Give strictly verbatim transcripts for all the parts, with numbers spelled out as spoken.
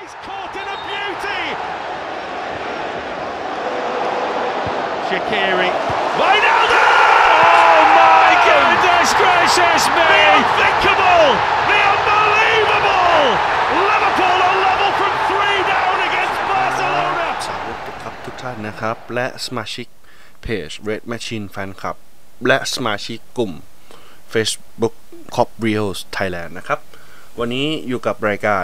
He's caught in a beauty. Shaqiri. Wijnaldum! Oh my goodness gracious me! The unthinkable! The unbelievable! Liverpool are level from three down against Barcelona. สวัสดีครับทุกท่านนะครับและสมาชิกเพจ Red Machine Fan Club และสมาชิกกลุ่ม Facebook Cop Reels Thailand นะครับวันนี้อยู่กับรายการ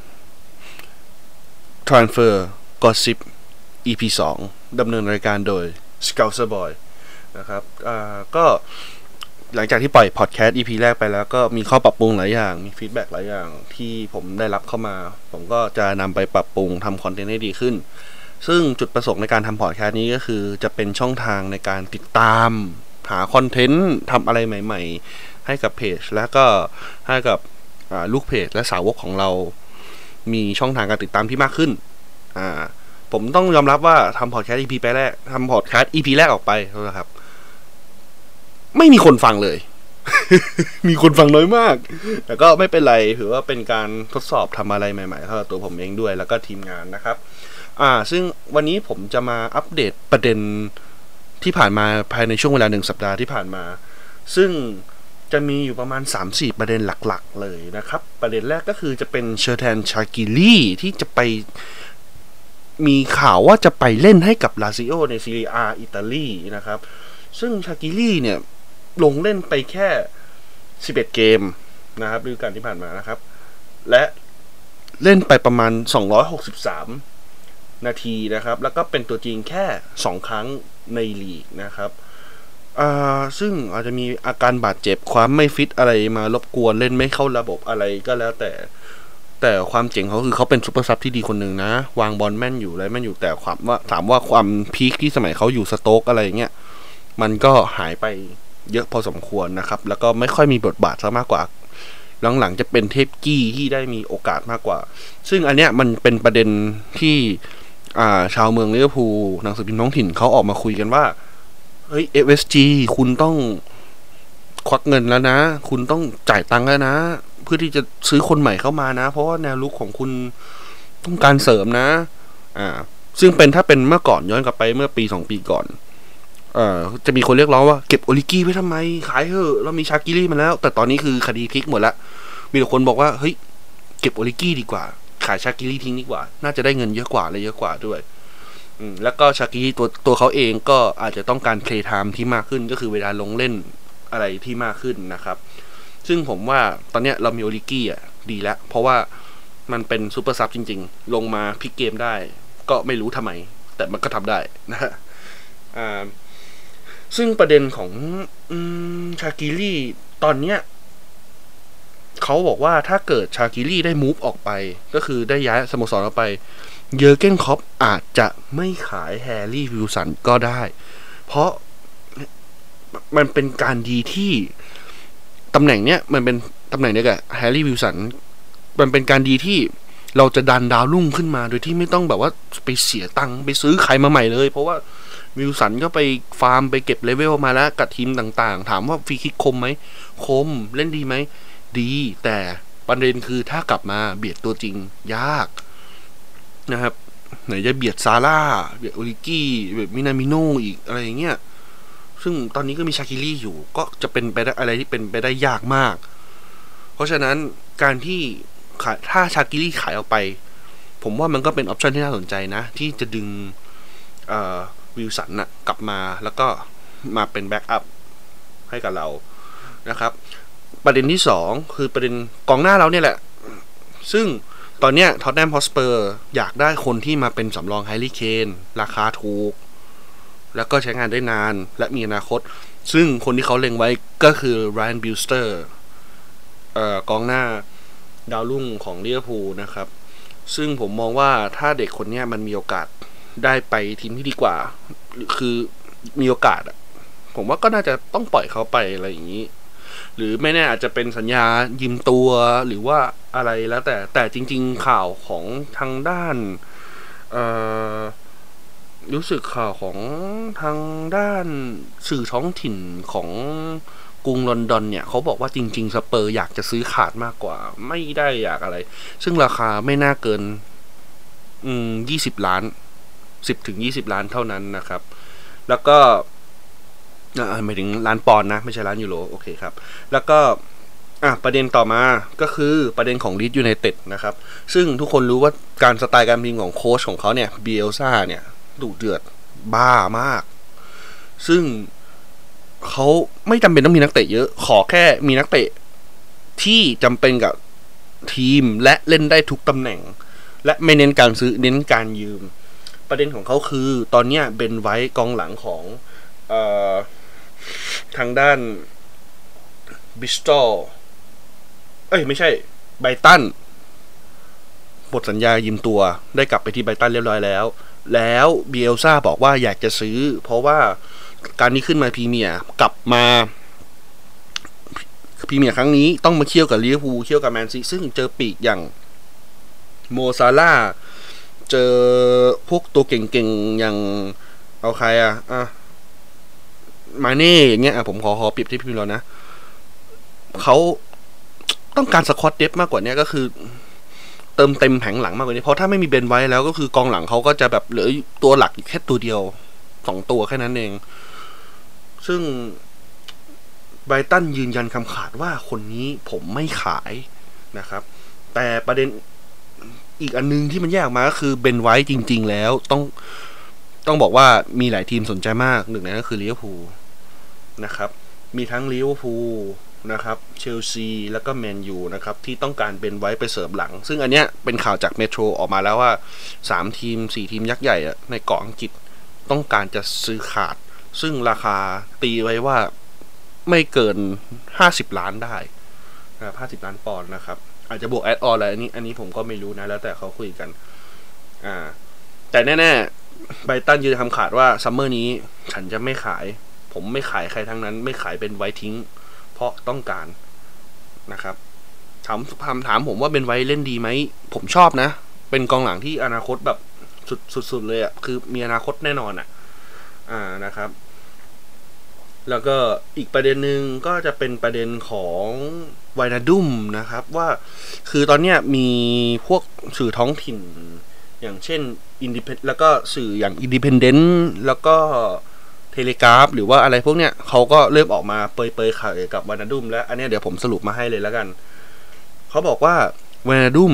Transfer Gossip อี พี สองดำเนินรายการโดย Scouser Boy นะครับอ่าก็หลังจากที่ปล่อยพอดแคสต์ อี พี แรกไปแล้วก็มีข้อปรับปรุงหลายอย่างมีฟีดแบ็กหลายอย่างที่ผมได้รับเข้ามาผมก็จะนำไปปรับปรุงทำคอนเทนต์ให้ดีขึ้นซึ่งจุดประสงค์ในการทำพอดแคสต์นี้ก็คือจะเป็นช่องทางในการติดตามหาคอนเทนต์ทำอะไรใหม่ๆให้กับเพจแล้วก็ให้กับลูกเพจและสาวกของเรามีช่องทางการติดตามที่มากขึ้นอ่าผมต้องยอมรับว่าทำพอดแคสต์ อี พี ไปแรกทำพอดแคสต์ อี พี แรกออกไปนะครับไม่มีคนฟังเลย มีคนฟังน้อยมากแต่ก็ไม่เป็นไรถือว่าเป็นการทดสอบทำอะไรใหม่ๆสำหรับตัวผมเองด้วยแล้วก็ทีมงานนะครับอ่าซึ่งวันนี้ผมจะมาอัปเดตประเด็นที่ผ่านมาภายในช่วงเวลาหนึ่งสัปดาห์ที่ผ่านมาซึ่งจะมีอยู่ประมาณ สามสี่ ประเด็นหลักๆเลยนะครับประเด็นแรกก็คือจะเป็นเชอร์แทนชากิลีที่จะไปมีข่าวว่าจะไปเล่นให้กับลาซิโอในซีเรียอาอิตาลีนะครับซึ่งชากิลีเนี่ยลงเล่นไปแค่สิบเอ็ดเกมนะครับฤดูกาลที่ผ่านมานะครับและเล่นไปประมาณสองร้อยหกสิบสามนาทีนะครับแล้วก็เป็นตัวจริงแค่สองครั้งในลีกนะครับอ่าซึ่งอาจจะมีอาการบาดเจ็บความไม่ฟิตอะไรมารบกวนเล่นไม่เข้าระบบอะไรก็แล้วแต่แต่ความเจ๋งเขาคือเขาเป็นซุปเปอร์ซับที่ดีคนหนึ่งนะวางบอลแม่นอยู่อะไรแม่นอยู่แต่ความว่าถามว่าความพีคที่สมัยเขาอยู่สโต๊กอะไรเงี้ยมันก็หายไปเยอะพอสมควรนะครับแล้วก็ไม่ค่อยมีบทบาทซะมากกว่าหลังๆจะเป็นเทพกี้ที่ได้มีโอกาสมากกว่าซึ่งอันเนี้ยมันเป็นประเด็นที่อ่าชาวเมืองลิเวอร์พูลหนังสือพิมพ์ท้องถิ่นเขาออกมาคุยกันว่าเฮ้ย เอฟ เอส จี คุณต้องควักเงินแล้วนะคุณต้องจ่ายตังค์แล้วนะเพื่อที่จะซื้อคนใหม่เข้ามานะเพราะว่าแนวลุกของคุณต้องการเสริมนะอ่าซึ่งเป็นถ้าเป็นเมื่อก่อนย้อนกลับไปเมื่อปีสองปีก่อนเอ่อจะมีคนเรียกร้องว่าเก็บโอลิกี้ไว้ทำไมขายเถอะเรามีชากิลี่มาแล้วแต่ตอนนี้คือคดีพลิกหมดละมีแต่คนบอกว่าเฮ้ยเก็บโอลิกี้ดีกว่าขายชากิลี่ทิ้งดีกว่าน่าจะได้เงินเยอะกว่าเลยเยอะกว่าด้วยอืมแล้วก็ชากิลี่ตัวตัวเขาเองก็อาจจะต้องการเพลย์ไทม์ที่มากขึ้นก็คือเวลาลงเล่นอะไรที่มากขึ้นนะครับซึ่งผมว่าตอนเนี้ยเรามีโอลิกี้อ่ะดีแล้วเพราะว่ามันเป็นซูเปอร์ซับจริงๆลงมาพลิกเกมได้ก็ไม่รู้ทำไมแต่มันก็ทำได้นะฮะอ่าซึ่งประเด็นของชากิลี่ตอนเนี้ยเขาบอกว่าถ้าเกิดชากิลี่ได้มูฟออกไปก็คือได้ย้ายสโมสรออกไปเยอร์เก้นคล็อปอาจจะไม่ขายแฮร์รี่วิลสันก็ได้เพราะมันเป็นการดีที่ตำแหน่งเนี้ยมันเป็นตำแหน่งเดียวกับแฮร์รี่วิลสันมันเป็นการดีที่เราจะดันดาวรุ่งขึ้นมาโดยที่ไม่ต้องแบบว่าไปเสียตังค์ไปซื้อใครมาใหม่เลยเพราะว่าวิลสันก็ไปฟาร์มไปเก็บเลเวลมาแล้วกับทีมต่างๆถามว่าฟรีคิกคมไหมคมเล่นดีไหมดีแต่ประเด็นคือถ้ากลับมาเบียดตัวจริงยากนะครับไหนจะเบียดซาร่าเบียดโอลิกี้เบียดมินามิโนอีกอะไรอย่างเงี้ยซึ่งตอนนี้ก็มีชากิลี่อยู่ก็จะเป็นไปได้อะไรที่เป็นไปได้ยากมากเพราะฉะนั้นการที่ขายถ้าชากิลี่ขายออกไปผมว่ามันก็เป็นออปชั่นที่น่าสนใจนะที่จะดึงเอ่อวิลสันนะกลับมาแล้วก็มาเป็นแบ็กอัพให้กับเรานะครับประเด็นที่สองคือประเด็นกองหน้าเราเนี่ยแหละซึ่งตอนเนี้ยท็อตแนมฮอสเปอร์อยากได้คนที่มาเป็นสำรองแฮร์รี่เคนราคาถูกแล้วก็ใช้งานได้นานและมีอนาคตซึ่งคนที่เขาเล็งไว้ก็คือไรอันบิลสเตอร์เอ่อกองหน้าดาวรุ่งของลิเวอร์พูลนะครับซึ่งผมมองว่าถ้าเด็กคนนี้มันมีโอกาสได้ไปทีมที่ดีกว่าคือมีโอกาสอ่ะผมว่าก็น่าจะต้องปล่อยเขาไปอะไรอย่างนี้หรือไม่แน่อาจจะเป็นสัญญายืมตัวหรือว่าอะไรแล้วแต่แต่จริงๆข่าวของทางด้านเอ่อรู้สึกข่าวของทางด้านสื่อท้องถิ่นของกรุงลอนดอนเนี่ยเขาบอกว่าจริงๆสเปอร์อยากจะซื้อขาดมากกว่าไม่ได้อยากอะไรซึ่งราคาไม่น่าเกินอืมยี่สิบล้านสิบถึงยี่สิบล้านเท่านั้นนะครับแล้วก็อ่าหมายถึงล้านปอนด์นะไม่ใช่ล้านยูโรโอเคครับแล้วก็อ่ะประเด็นต่อมาก็คือประเด็นของลีดส์ยูไนเต็ดนะครับซึ่งทุกคนรู้ว่าการสไตล์การพิมพ์ของโค้ชของเขาเนี่ยเบียลซ่าเนี่ยดุเดือดบ้ามากซึ่งเขาไม่จำเป็นต้องมีนักเตะเยอะขอแค่มีนักเตะที่จำเป็นกับทีมและเล่นได้ทุกตำแหน่งและไม่เน้นการซื้อเน้นการยืมประเด็นของเขาคือตอนนี้เบนไว้กองหลังของเอ่อทางด้านบิสตอลเอ้ยไม่ใช่ไบรตันหมดสัญญายืมตัวได้กลับไปที่ไบรตันเรียบร้อยแล้วแล้วเบียลซ่าบอกว่าอยากจะซื้อเพราะว่าการนี้ขึ้นมาพรีเมียร์กลับมาพรีเมียร์ครั้งนี้ต้องมาเคี่ยวกับลิเวอร์พูลเคี่ยวกับแมนซีซึ่งเจอปีกอย่างโมซาล่าเจอพวกตัวเก่งๆอย่างเอาใครอ่ะอ่ะมาเน่อย่างเงี้ยอ่ะผมขอขอเปรียบเทียบพี่แล้วนะเขาต้องการสควอตเดฟมากกว่านี้ก็คือเติมเต็มแผงหลังมากกว่านี้เพราะถ้าไม่มีเบนไว้แล้วก็คือกองหลังเขาก็จะแบบเหลือตัวหลักแค่ตัวเดียวสองตัวแค่นั้นเองซึ่งไบรตันยืนยันคำขาดว่าคนนี้ผมไม่ขายนะครับแต่ประเด็นอีกอันนึงที่มันแยกออกมาก็คือเบนไว้จริงๆแล้วต้องต้องบอกว่ามีหลายทีมสนใจมากหนึ่งในนั้นก็คือลิเวอร์พูลนะครับมีทั้งลิเวอร์พูลนะครับเชลซีแล้วก็แมนยูนะครับที่ต้องการเบนไว้ไปเสริมหลังซึ่งอันเนี้ยเป็นข่าวจากเมโทรออกมาแล้วว่าสามทีมสี่ทีมยักษ์ใหญ่ในเกาะอังกฤษต้องการจะซื้อขาดซึ่งราคาตีไว้ว่าไม่เกินห้าสิบล้านได้นะครับห้าสิบล้านปอนด์นะครับอาจจะบวกแอดออนอะไรอันนี้อันนี้ผมก็ไม่รู้นะแล้วแต่เขาคุยกันอ่าแต่แน่ๆไบรตันยืนคำขาดว่าซัมเมอร์นี้ฉันจะไม่ขายผมไม่ขายใครทั้งนั้นไม่ขายเป็นไว้ทิ้งเพราะต้องการนะครับถามถามถามผมว่าเป็นไว้เล่นดีไหมผมชอบนะเป็นกองหลังที่อนาคตแบบสุดสุดๆเลยอ่ะคือมีอนาคตแน่นอนอ่ะอ่านะครับแล้วก็อีกประเด็นหนึ่งก็จะเป็นประเด็นของไวนาดุมนะครับว่าคือตอนเนี้ยมีพวกสื่อท้องถิ่นอย่างเช่นอินดิเพนแล้วก็สื่ออย่างอินดิเพนเดนต์แล้วก็เทเลกราฟหรือว่าอะไรพวกเนี้ยเขาก็เริ่มออกมาเปยๆข่าวกับไวนาดุมแล้วอันนี้เดี๋ยวผมสรุปมาให้เลยแล้วกันเขาบอกว่าไวนาดุม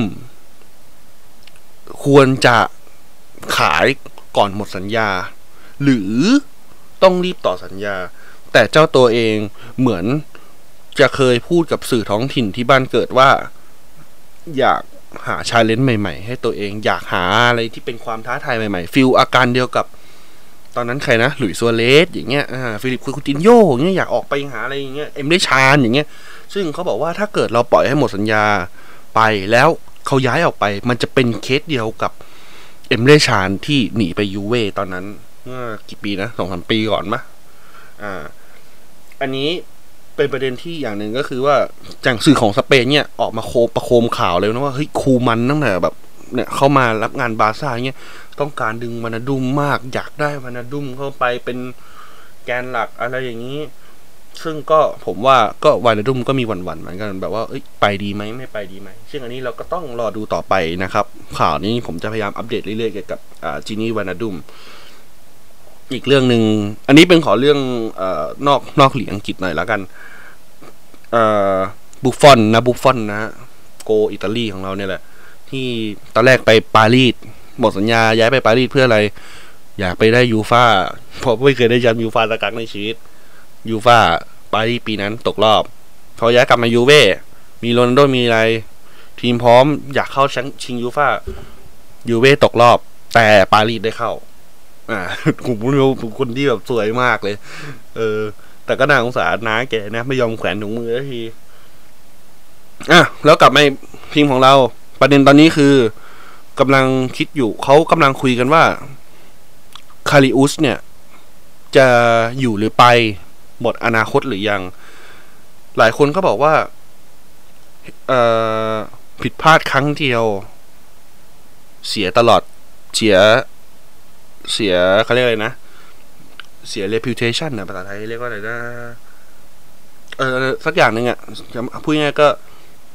ควรจะขายก่อนหมดสัญญาหรือต้องรีบต่อสัญญาแต่เจ้าตัวเองเหมือนจะเคยพูดกับสื่อท้องถิ่นที่บ้านเกิดว่าอยากหาชาเลนจ์ใหม่ๆให้ตัวเองอยากหาอะไรที่เป็นความท้าทายใหม่ๆฟีลอาการเดียวกับตอนนั้นใครนะหลุยส์ซัวเรสอย่างเงี้ยอ่าฟิลิปคูตินโญ่อย่างเงี้ยอยากออกไปหาอะไรอย่างเงี้ยเอ็มเดชานอย่างเงี้ยซึ่งเขาบอกว่าถ้าเกิดเราปล่อยให้หมดสัญญาไปแล้วเขาย้ายออกไปมันจะเป็นเคสเดียวกับเอ็มเดชานที่หนีไปยูเว่ตอนนั้นเมื่อกี่ปีนะ สองถึงสาม ปีก่อนมั้ยอ่าอันนี้เป็นประเด็นที่อย่างหนึ่งก็คือว่าจากสื่อของสเปนเนี่ยออกมาโคประโคมข่าวเลยนะว่าเฮ้ยคูมันตั้งแต่แบบเนี่ยเข้ามารับงานบาร์ซ่าเนี่ยต้องการดึงวานาดุมมากอยากได้วานาดุมเข้าไปเป็นแกนหลักอะไรอย่างนี้ซึ่งก็ผมว่าก็วานาดุมก็มีหวั่นๆเหมือนกันแบบว่าเอ้ยไปดีไหมไม่ไปดีไหมซึ่งอันนี้เราก็ต้องรอดูต่อไปนะครับข่าวนี้ผมจะพยายามอัปเดตเรื่อยๆเกี่ยวกับอ่าจินี่วานาดุมอีกเรื่องหนึ่งอันนี้เป็นขอเรื่องเอ่อนอกนอกหลีกอังกฤษหน่อยแล้วกันเอ่อบุฟฟอนนะบุฟฟอนนะฮะโกอิตาลีของเราเนี่ยแหละที่ตอนแรกไปปารีสหมดสัญญาย้ายไปปารีสเพื่ออะไรอยากไปได้ยูฟ่าเพราะไม่เคยได้แชมป์ยูฟ่าสักครั้งในชีวิตยูฟ่าปารีสปีนั้นตกรอบเขาย้ายกลับมายูเว่มีโรนัลโดมีอะไรทีมพร้อมอยากเข้าชิงยูฟ่ายูเว่ตกรอบแต่ปารีสได้เข้าอ่าผมรู้คนที่แบบสวยมากเลยเออแต่ก็น่าสงสารน้าแกนะไม่ยอมแขวนถุงมือสักทีอ่ะแล้วกลับมาทีมของเราประเด็นตอนนี้คือกำลังคิดอยู่เขากำลังคุยกันว่าคาริอุสเนี่ยจะอยู่หรือไปหมดอนาคตหรือยังหลายคนก็บอกว่าเอ่อผิดพลาดครั้งเดียวเสียตลอดเสียเสียเขาเรียกอะไรนะเสีย reputation นะภาษาไทยเรียกว่าอะไรนะเออสักอย่างนึงอ่ะพูดง่ายๆก็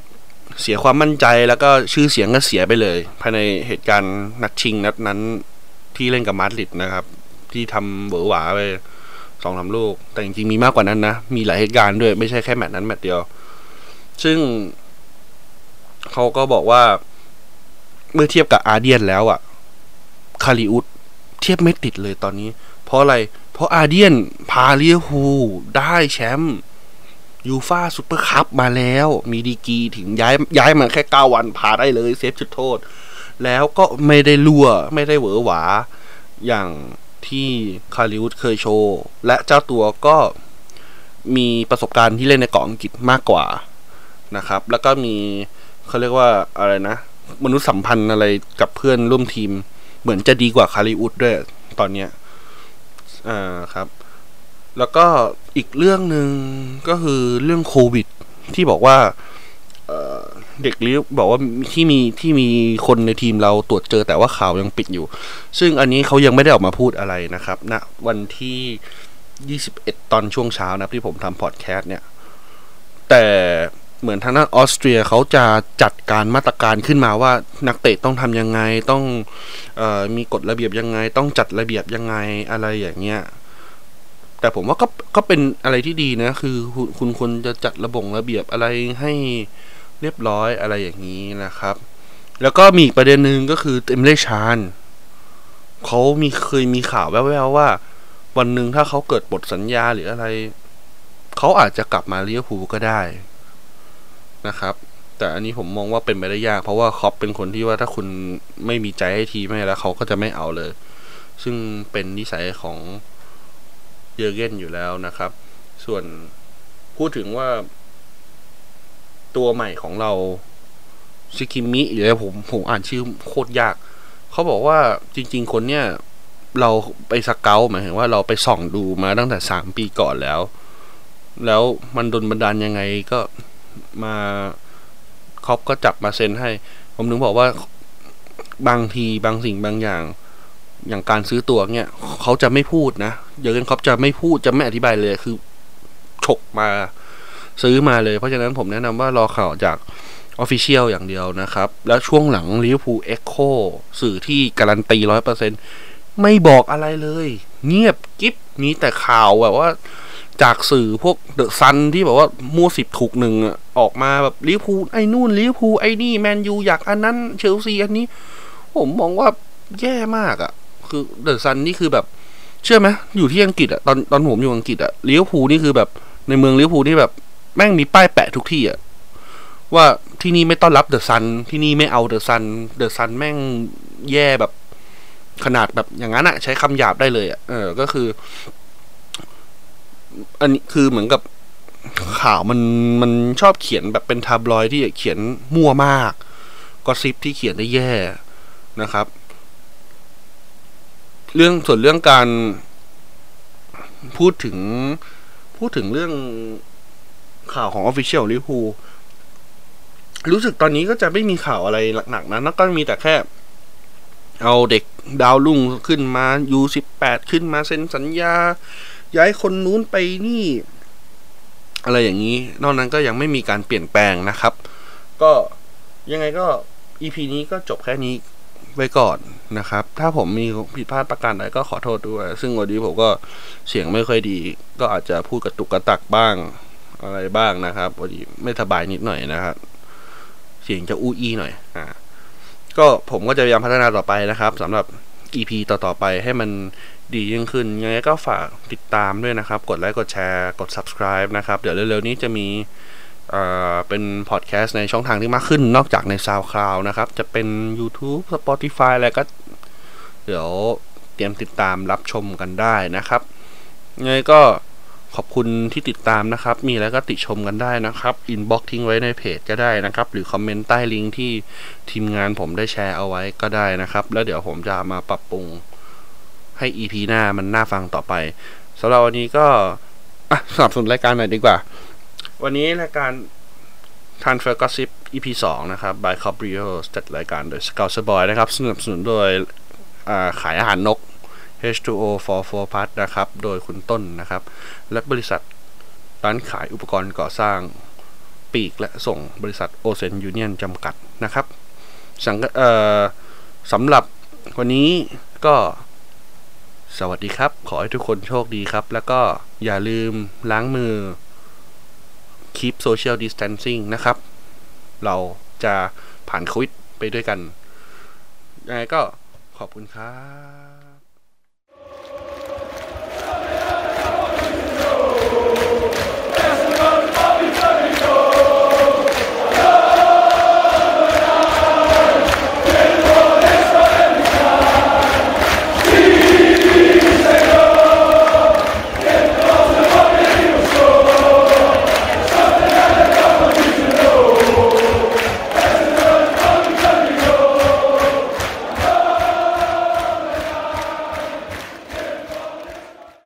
เสียความมั่นใจแล้วก็ชื่อเสียงก็เสียไปเลยภายในเหตุการณ์นัดชิงนัดนั้นที่เล่นกับมาดริดนะครับที่ทำเบอร์หวาไปสองสามลูกแต่จริงๆมีมากกว่านั้นนะมีหลายเหตุการณ์ด้วยไม่ใช่แค่แมตช์นั้นแมตช์เดียวซึ่งเขาก็บอกว่าเมื่อเทียบกับอาร์เดียนแล้วอ่ะคาริอุสเทียบไม่ติดเลยตอนนี้เพราะอะไรเพราะอาร์เดียนพาลิเวอร์พูลได้แชมป์ยูฟ่าซุปเปอร์คัพมาแล้วมีดีกรีถึงย้ายย้ายมาแค่เก้าวันพาได้เลยเซฟจุดโทษแล้วก็ไม่ได้ลั่วไม่ได้เหวอหวาอย่างที่คาริอุสเคยโชว์และเจ้าตัวก็มีประสบการณ์ที่เล่นในเกาะอังกฤษมากกว่านะครับแล้วก็มีเขาเรียกว่าอะไรนะมนุษยสัมพันธ์อะไรกับเพื่อนร่วมทีมเหมือนจะดีกว่าคาริอุสด้วยตอนเนี้ยอ่าครับแล้วก็อีกเรื่องหนึ่งก็คือเรื่องโควิดที่บอกว่าเอ่อเด็กลิฟบอกว่าที่มีที่มีคนในทีมเราตรวจเจอแต่ว่าข่าวยังปิดอยู่ซึ่งอันนี้เขายังไม่ได้ออกมาพูดอะไรนะครับณนะวันที่ยี่สิบเอ็ดตอนช่วงเช้านะที่ผมทำพอดแคสต์เนี่ยแต่เหมือนทางด้านออสเตรียเขาจะจัดการมาตรการขึ้นมาว่านักเตะต้องทำยังไงต้องเอ่อมีกฎระเบียบยังไงต้องจัดระเบียบยังไงอะไรอย่างเงี้ยแต่ผมว่าก็ก็เป็นอะไรที่ดีนะคือคุณควรจะจัดระบบระเบียบอะไรให้เรียบร้อยอะไรอย่างนี้นะครับแล้วก็มีประเด็นหนึ่งก็คือเอมิเล่ชานเขามีเคยมีข่าวแว่วๆว่าวันหนึ่งถ้าเขาเกิดบทสัญญาหรืออะไรเขาอาจจะกลับมาลิเวอร์พูลก็ได้นะครับแต่อันนี้ผมมองว่าเป็นไปได้ยากเพราะว่าคล็อปเป็นคนที่ว่าถ้าคุณไม่มีใจให้ทีมไม่แล้วเขาก็จะไม่เอาเลยซึ่งเป็นนิสัยของเยอร์เกนอยู่แล้วนะครับส่วนพูดถึงว่าตัวใหม่ของเราซิกิมิหรือผมผมอ่านชื่อโคตรยากเขาบอกว่าจริงๆคนเนี้ยเราไปสเกาต์หมายถึงว่าเราไปส่องดูมาตั้งแต่สามปีก่อนแล้วแล้วมันดลบันดาลยังไงก็มาครอปก็จับมาเซ็นให้ผมถึงบอกว่าบางทีบางสิ่งบางอย่างอย่างการซื้อตัวเนี่ยเขาจะไม่พูดนะเยอร์เกนคล็อปจะไม่พูดจะไม่อธิบายเลยคือฉกมาซื้อมาเลยเพราะฉะนั้นผมแนะนำว่ารอข่าวจาก Official อย่างเดียวนะครับแล้วช่วงหลัง Liverpool Echo สื่อที่การันตี ร้อยเปอร์เซ็นต์ ไม่บอกอะไรเลยเงียบกิ๊บมีแต่ข่าวแบบว่าจากสื่อพวกเดอะซันที่แบบว่ามั่วสิบถูกหนึ่งออกมาแบบลิเวอร์พูลไอ้นู่นลิเวอร์พูลไอ้นี่แมนยูอยากอันนั้นเชลซีอันนี้ผมมองว่าแย่มากอ่ะคือเดอะซันนี่คือแบบเชื่อไหมอยู่ที่อังกฤษอ่ะตอนตอนผมอยู่อังกฤษอ่ะลิเวอร์พูลนี่คือแบบในเมืองลิเวอร์พูลนี่แบบแม่งมีป้ายแปะทุกที่อ่ะว่าที่นี่ไม่ต้อนรับเดอะซันที่นี่ไม่เอาเดอะซันเดอะซันแม่งแย่แบบขนาดแบบอย่างนั้นอ่ะใช้คำหยาบได้เลยอ่ะเออก็คืออันนี้คือเหมือนกับข่าวมันมันชอบเขียนแบบเป็นทาบลอยที่เขียนมั่วมากก็ซิปที่เขียนได้แย่นะครับเรื่องส่วนเรื่องการพูดถึงพูดถึงเรื่องข่าวของ Official Liverpool รู้สึกตอนนี้ก็จะไม่มีข่าวอะไรหนักๆนะก็มีแต่แค่เอาเด็กดาวรุ่งขึ้นมา ยู สิบแปด ขึ้นมาเซ็นสัญญาย้ายคนนู้นไปนี่อะไรอย่างนี้นอกนั้นก็ยังไม่มีการเปลี่ยนแปลงนะครับก็ยังไงก็ อี พี นี้ก็จบแค่นี้ไว้ก่อนนะครับถ้าผมมีผิดพลาดประการใดก็ขอโทษด้วยซึ่งวันนี้ผมก็เสียงไม่ค่อยดีก็อาจจะพูดกระตุกกระตักบ้างอะไรบ้างนะครับวันนี้ไม่สบายนิดหน่อยนะครับเสียงจะอู้อี้หน่อยอ่าก็ผมก็จะพยายามพัฒนาต่อไปนะครับสำหรับ อี พี ต่อๆไปให้มันดียิ่งขึ้นยังไงก็ฝากติดตามด้วยนะครับกดไลค์กดแชร์กด Subscribe นะครับเดี๋ยวเร็วๆนี้จะมีเอ่อเป็นพอดแคสต์ในช่องทางที่มากขึ้นนอกจากใน SoundCloud นะครับจะเป็น YouTube Spotify อะไรก็เดี๋ยวเตรียมติดตามรับชมกันได้นะครับยังไงก็ขอบคุณที่ติดตามนะครับมีอะไรก็ติชมกันได้นะครับอินบ็อกซ์ทิ้งไว้ในเพจก็ได้นะครับหรือคอมเมนต์ใต้ลิงก์ที่ทีมงานผมได้แชร์เอาไว้ก็ได้นะครับแล้วเดี๋ยวผมจะมาปรับปรุงให้ อี พี หน้ามันน่าฟังต่อไปสำหรับวันนี้ก็อ่ะสนับสนุนรายการหน่อยดีกว่าวันนี้รายการ Transfer Gossip อี พี สองนะครับ by Cobrio จัดรายการโดย Scouser Boy นะครับสนับสนุนโดยอ่าขายอาหารนก เอช ทู โอ ฟอร์ โฟร์ พัท นะครับโดยคุณต้นนะครับและบริษัทร้านขายอุปกรณ์ก่อสร้างปีกและส่งบริษัทโอเซนยูเนียนจำกัดนะครับสังเอ่อสำหรับวันนี้ก็สวัสดีครับขอให้ทุกคนโชคดีครับแล้วก็อย่าลืมล้างมือ keep social distancing นะครับเราจะผ่านโควิดไปด้วยกันยังไงก็ขอบคุณครับ